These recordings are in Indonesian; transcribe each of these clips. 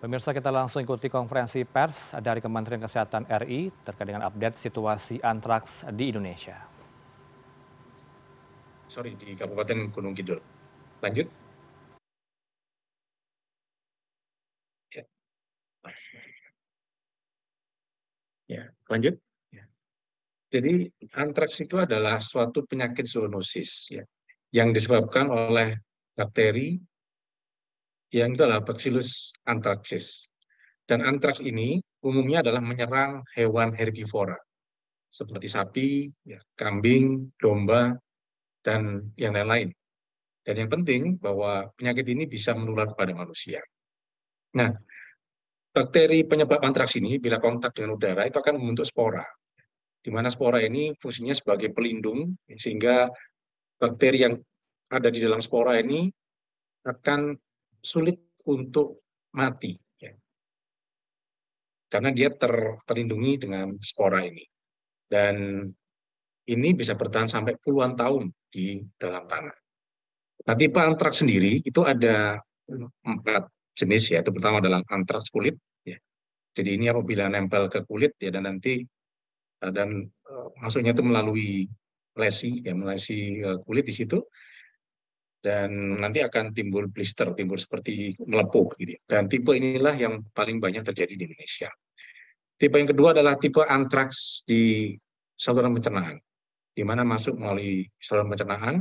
Pemirsa, kita langsung ikuti konferensi pers dari Kementerian Kesehatan RI terkait dengan update situasi antraks di Indonesia. Sorry, di Kabupaten Gunung Kidul. Lanjut. Ya, lanjut. Ya. Jadi antraks itu adalah suatu penyakit zoonosis ya, yang disebabkan oleh bakteri yang itu adalah Bacillus anthracis. Dan antraks ini umumnya adalah menyerang hewan herbivora seperti sapi, ya, kambing, domba, dan yang lain-lain. Dan yang penting bahwa penyakit ini bisa menular kepada manusia. Nah, bakteri penyebab antraks ini bila kontak dengan udara itu akan membentuk spora, di mana spora ini fungsinya sebagai pelindung, sehingga bakteri yang ada di dalam spora ini akan sulit untuk mati, ya, karena dia terlindungi dengan spora ini. Dan ini bisa bertahan sampai puluhan tahun di dalam tanah. Nah, tipe antraks sendiri itu ada 4 jenis, yaitu pertama adalah antraks kulit. Ya. Jadi ini apabila nempel ke kulit ya dan nanti masuknya itu melalui lesi, ya melesi kulit di situ, dan nanti akan timbul blister, timbul seperti melepuh gitu. Dan tipe inilah yang paling banyak terjadi di Indonesia. Tipe yang kedua adalah tipe antraks di saluran pencernaan, di mana masuk melalui saluran pencernaan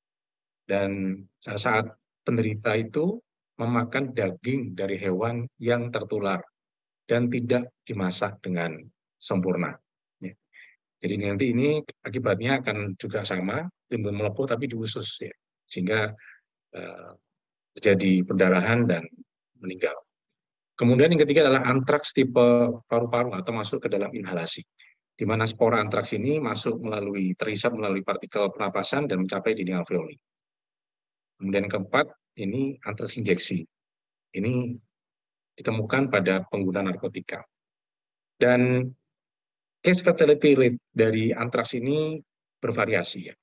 dan saat penderita itu memakan daging dari hewan yang tertular dan tidak dimasak dengan sempurna. Ya. Jadi nanti ini akibatnya akan juga sama, timbul melepuh tapi di usus, ya, sehingga eh, terjadi perdarahan dan meninggal. Kemudian yang ketiga adalah antraks tipe paru-paru atau masuk ke dalam inhalasi, di mana spora antraks ini masuk terisap melalui partikel pernapasan dan mencapai dinding alveoli. Kemudian yang keempat, ini antraks injeksi. Ini ditemukan pada pengguna narkotika. Dan case fatality rate dari antraks ini bervariasi, ya.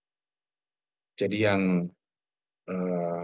Jadi yang eh,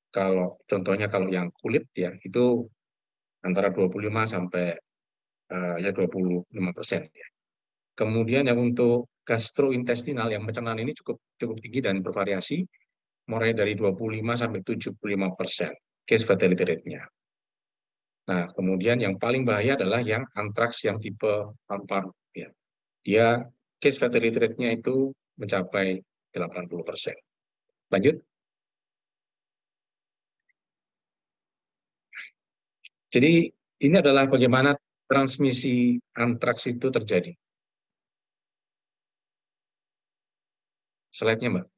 kalau yang kulit ya itu antara 25 sampai ya 25%, ya. Kemudian yang untuk gastrointestinal yang pencernaan ini cukup cukup tinggi dan bervariasi, mulai dari 25 sampai 75% case fatality rate-nya. Nah, kemudian yang paling bahaya adalah yang antraks yang tipe paru-paru, ya. Dia case fatality rate-nya itu mencapai 80%. Lanjut. Jadi ini adalah bagaimana transmisi antraks itu terjadi. Slide-nya, Mbak.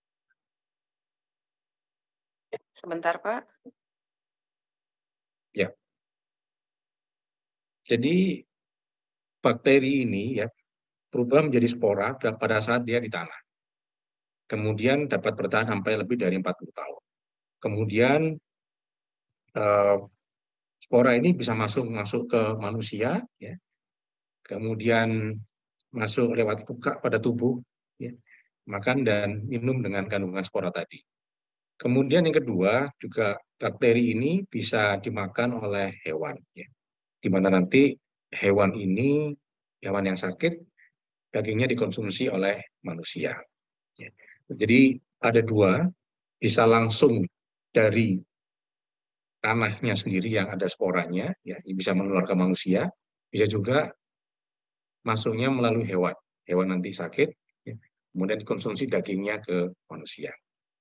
Sebentar, Pak. Ya. Jadi bakteri ini ya berubah menjadi spora pada saat dia di tanah. Kemudian dapat bertahan sampai lebih dari 40 tahun. Kemudian eh, spora ini bisa masuk ke manusia, ya. Kemudian masuk lewat luka pada tubuh, ya. Makan dan minum dengan kandungan spora tadi. Kemudian yang kedua juga bakteri ini bisa dimakan oleh hewan, ya. Di mana nanti hewan yang sakit, dagingnya dikonsumsi oleh manusia. Ya. Jadi ada dua, bisa langsung dari tanahnya sendiri yang ada sporanya, ya, bisa menular ke manusia, bisa juga masuknya melalui hewan. Hewan nanti sakit, ya, kemudian dikonsumsi dagingnya ke manusia.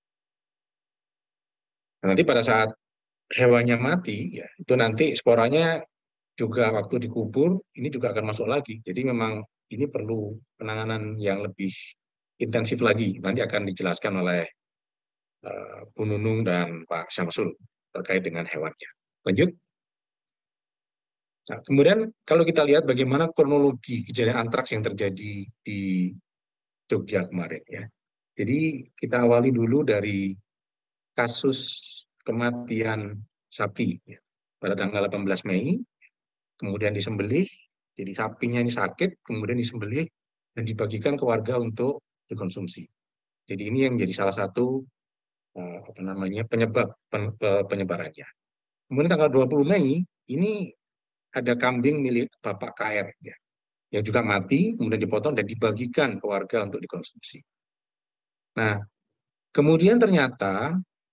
Nah, nanti pada saat hewannya mati, ya, itu nanti sporanya juga waktu dikubur, ini juga akan masuk lagi. Jadi memang ini perlu penanganan yang lebih intensif lagi. Nanti akan dijelaskan oleh Bu Nunung dan Pak Syamsul terkait dengan hewannya. Lanjut. Nah, kemudian kalau kita lihat bagaimana kronologi kejadian antraks yang terjadi di Jogja kemarin, ya. Jadi kita awali dulu dari kasus kematian sapi, ya, pada tanggal 18 Mei, kemudian disembelih, jadi sapinya ini sakit, kemudian disembelih dan dibagikan ke warga untuk dikonsumsi. Jadi ini yang menjadi salah satu penyebab penyebarannya. Kemudian tanggal 20 Mei ini ada kambing milik Bapak KR ya, yang juga mati, kemudian dipotong dan dibagikan ke warga untuk dikonsumsi. Nah, kemudian ternyata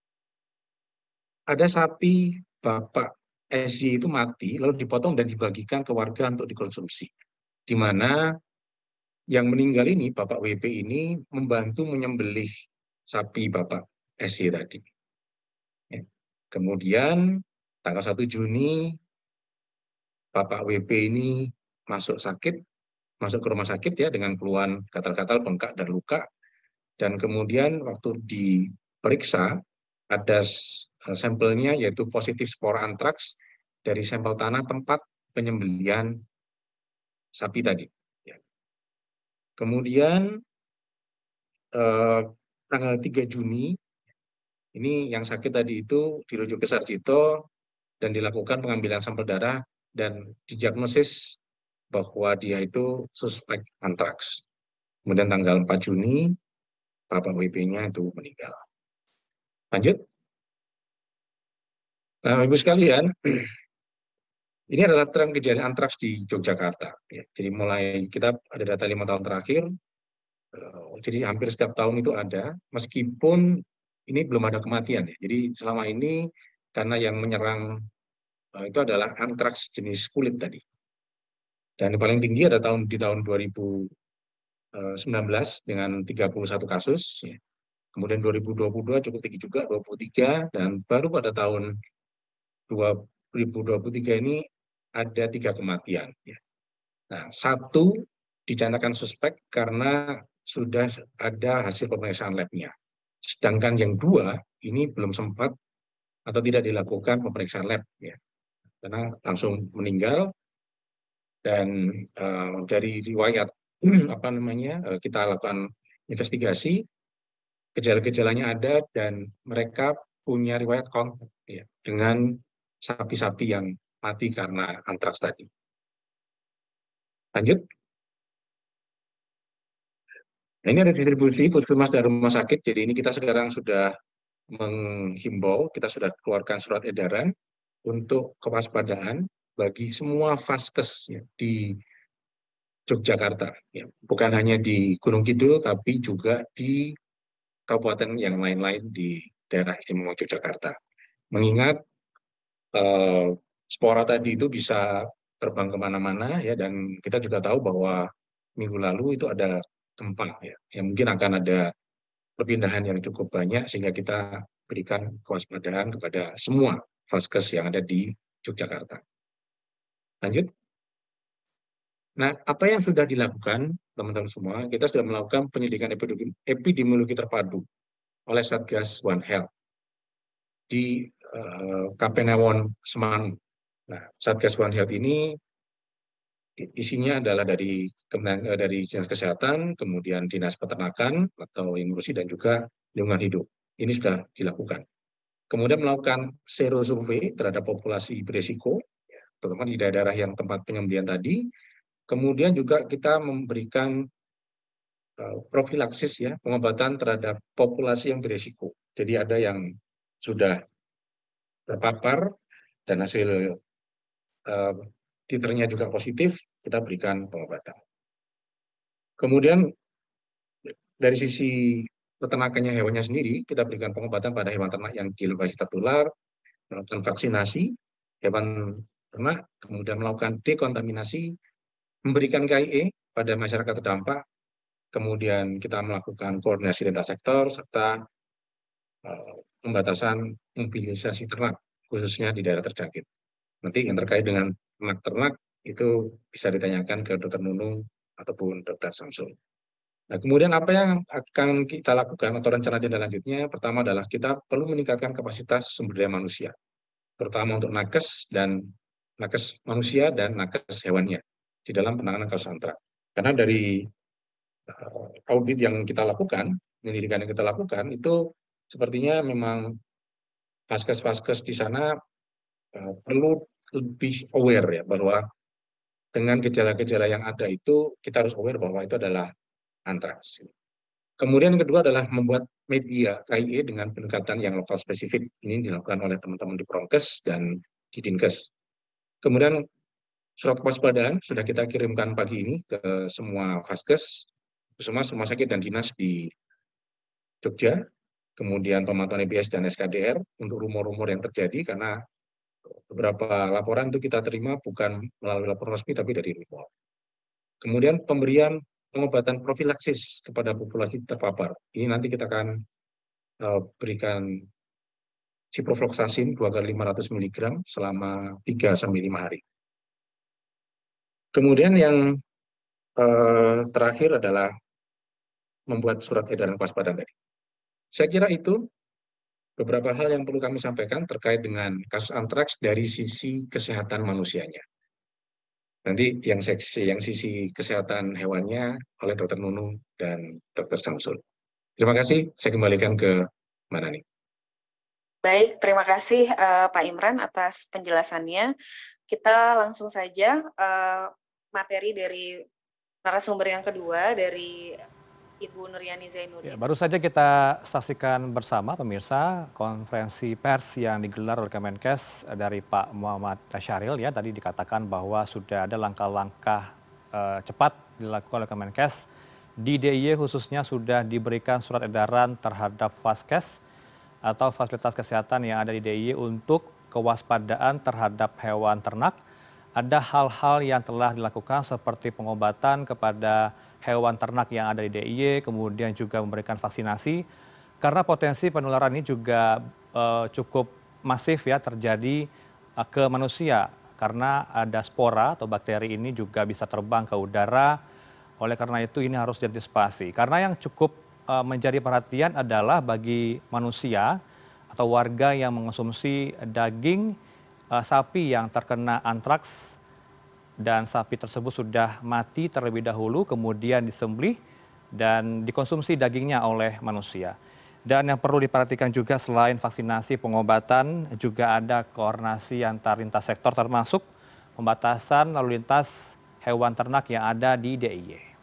ada sapi Bapak SY itu mati, lalu dipotong dan dibagikan ke warga untuk dikonsumsi. Di mana yang meninggal ini, Bapak WP ini, membantu menyembelih sapi Bapak SY tadi. Ya. Kemudian tanggal 1 Juni, Bapak WP ini masuk ke rumah sakit ya dengan keluhan gatal-gatal, bengkak, dan luka. Dan kemudian waktu diperiksa, ada sampelnya yaitu positif spora antraks dari sampel tanah tempat penyembelihan sapi tadi. Ya. Kemudian tanggal 3 Juni, ini yang sakit tadi itu dirujuk ke Sarjito dan dilakukan pengambilan sampel darah dan didiagnosis bahwa dia itu suspek antraks. Kemudian tanggal 4 Juni, Bapak WP-nya itu meninggal. Lanjut. Nah, Ibu sekalian, ini adalah tren kejadian antraks di Yogyakarta. Ya, jadi mulai kita ada data 5 tahun terakhir, jadi hampir setiap tahun itu ada, meskipun ini belum ada kematian. Ya. Jadi selama ini karena yang menyerang itu adalah antraks jenis kulit tadi. Dan yang paling tinggi ada di tahun 2019 dengan 31 kasus. Ya. Kemudian 2022 cukup tinggi juga, 23, dan baru pada tahun 2023 ini ada 3 kematian. Ya. Nah, 1 dinyatakan suspek karena sudah ada hasil pemeriksaan lab-nya. Sedangkan yang 2 ini belum sempat atau tidak dilakukan pemeriksaan lab, ya, karena langsung meninggal. Dan dari riwayat kita lakukan investigasi, gejala-gejalanya ada dan mereka punya riwayat kontak ya, dengan sapi-sapi yang mati karena antraks tadi. Lanjut. Nah, ini ada distribusi puskesmas dan rumah sakit. Jadi ini kita sekarang sudah menghimbau, kita sudah keluarkan surat edaran untuk kewaspadaan bagi semua vaskes ya, di Yogyakarta. Ya. Bukan hanya di Gunung Kidul, tapi juga di kabupaten yang lain-lain di daerah istimewa Yogyakarta. Mengingat spora tadi itu bisa terbang kemana-mana, ya, dan kita juga tahu bahwa minggu lalu itu ada gempa, ya, yang mungkin akan ada perpindahan yang cukup banyak, sehingga kita berikan kewaspadaan kepada semua vaskes yang ada di Yogyakarta. Lanjut. Nah, apa yang sudah dilakukan, teman-teman semua, kita sudah melakukan penyelidikan epidemiologi terpadu oleh Satgas One Health di Kapanewon Semarang. Nah, Satgas One Health ini isinya adalah dari Dinas Kesehatan, kemudian Dinas Peternakan atau yang ngurusi, dan juga lingkungan hidup. Ini sudah dilakukan. Kemudian melakukan serosurvei terhadap populasi beresiko, terutama di daerah yang tempat penyembelihan tadi. Kemudian juga kita memberikan profilaksis, ya, pengobatan terhadap populasi yang beresiko. Jadi ada yang sudah terpapar dan hasil titernya juga positif, kita berikan pengobatan. Kemudian dari sisi peternakannya, hewannya sendiri, kita berikan pengobatan pada hewan ternak yang di lokasi tertular, melakukan vaksinasi hewan ternak, kemudian melakukan dekontaminasi, memberikan KIE pada masyarakat terdampak, kemudian kita melakukan koordinasi lintas sektor, serta pembatasan mobilisasi ternak, khususnya di daerah terjangkit. Nanti yang terkait dengan ternak itu bisa ditanyakan ke Dr. Nunung ataupun Dr. Samsul. Nah, kemudian apa yang akan kita lakukan atau rencana tindak lanjutnya? Pertama adalah kita perlu meningkatkan kapasitas sumber daya manusia, terutama untuk nakes manusia dan nakes hewannya di dalam penanganan kasus antraks. Karena dari audit yang kita lakukan, penyelidikan yang kita lakukan, itu sepertinya memang vaskes-vaskes di sana perlu lebih aware, ya, bahwa dengan gejala-gejala yang ada itu kita harus aware bahwa itu adalah antraks. Kemudian yang kedua adalah membuat media KIE dengan pendekatan yang lokal spesifik. Ini dilakukan oleh teman-teman di Prokes dan di Dinkes. Kemudian surat kewaspadaan sudah kita kirimkan pagi ini ke semua Vaskes, semua rumah sakit dan dinas di Jogja, kemudian pemantauan EBS dan SKDR untuk rumor-rumor yang terjadi, karena beberapa laporan itu kita terima bukan melalui laporan resmi tapi dari rumor. Kemudian pemberian pengobatan profilaksis kepada populasi terpapar. Ini nanti kita akan berikan ciprofloxacin 2 kali 500 mg selama 3-5 hari. Kemudian yang terakhir adalah membuat surat edaran kewaspadaan tadi. Saya kira itu beberapa hal yang perlu kami sampaikan terkait dengan kasus antraks dari sisi kesehatan manusianya. Nanti yang sisi kesehatan hewannya oleh Dr. Nunung dan Dr. Samsul. Terima kasih, saya kembalikan ke Mbak Nani. Baik, terima kasih Pak Imran atas penjelasannya. Kita langsung saja materi dari narasumber yang kedua dari Ibu Nuryani Zainuddin. Ya, baru saja kita saksikan bersama pemirsa konferensi pers yang digelar oleh Kemenkes dari Pak Muhammad Syahril. Ya, tadi dikatakan bahwa sudah ada langkah-langkah cepat dilakukan oleh Kemenkes. Di DIY khususnya sudah diberikan surat edaran terhadap Vaskes atau fasilitas kesehatan yang ada di DIY untuk kewaspadaan terhadap hewan ternak. Ada hal-hal yang telah dilakukan seperti pengobatan kepada hewan ternak yang ada di DIY, kemudian juga memberikan vaksinasi, karena potensi penularan ini juga cukup masif ya terjadi ke manusia, karena ada spora atau bakteri ini juga bisa terbang ke udara. Oleh karena itu ini harus diantisipasi. Karena yang cukup menjadi perhatian adalah bagi manusia atau warga yang mengonsumsi daging sapi yang terkena antraks, dan sapi tersebut sudah mati terlebih dahulu, kemudian disembelih dan dikonsumsi dagingnya oleh manusia. Dan yang perlu diperhatikan juga selain vaksinasi, pengobatan, juga ada koordinasi antar lintas sektor termasuk pembatasan lalu lintas hewan ternak yang ada di DIY.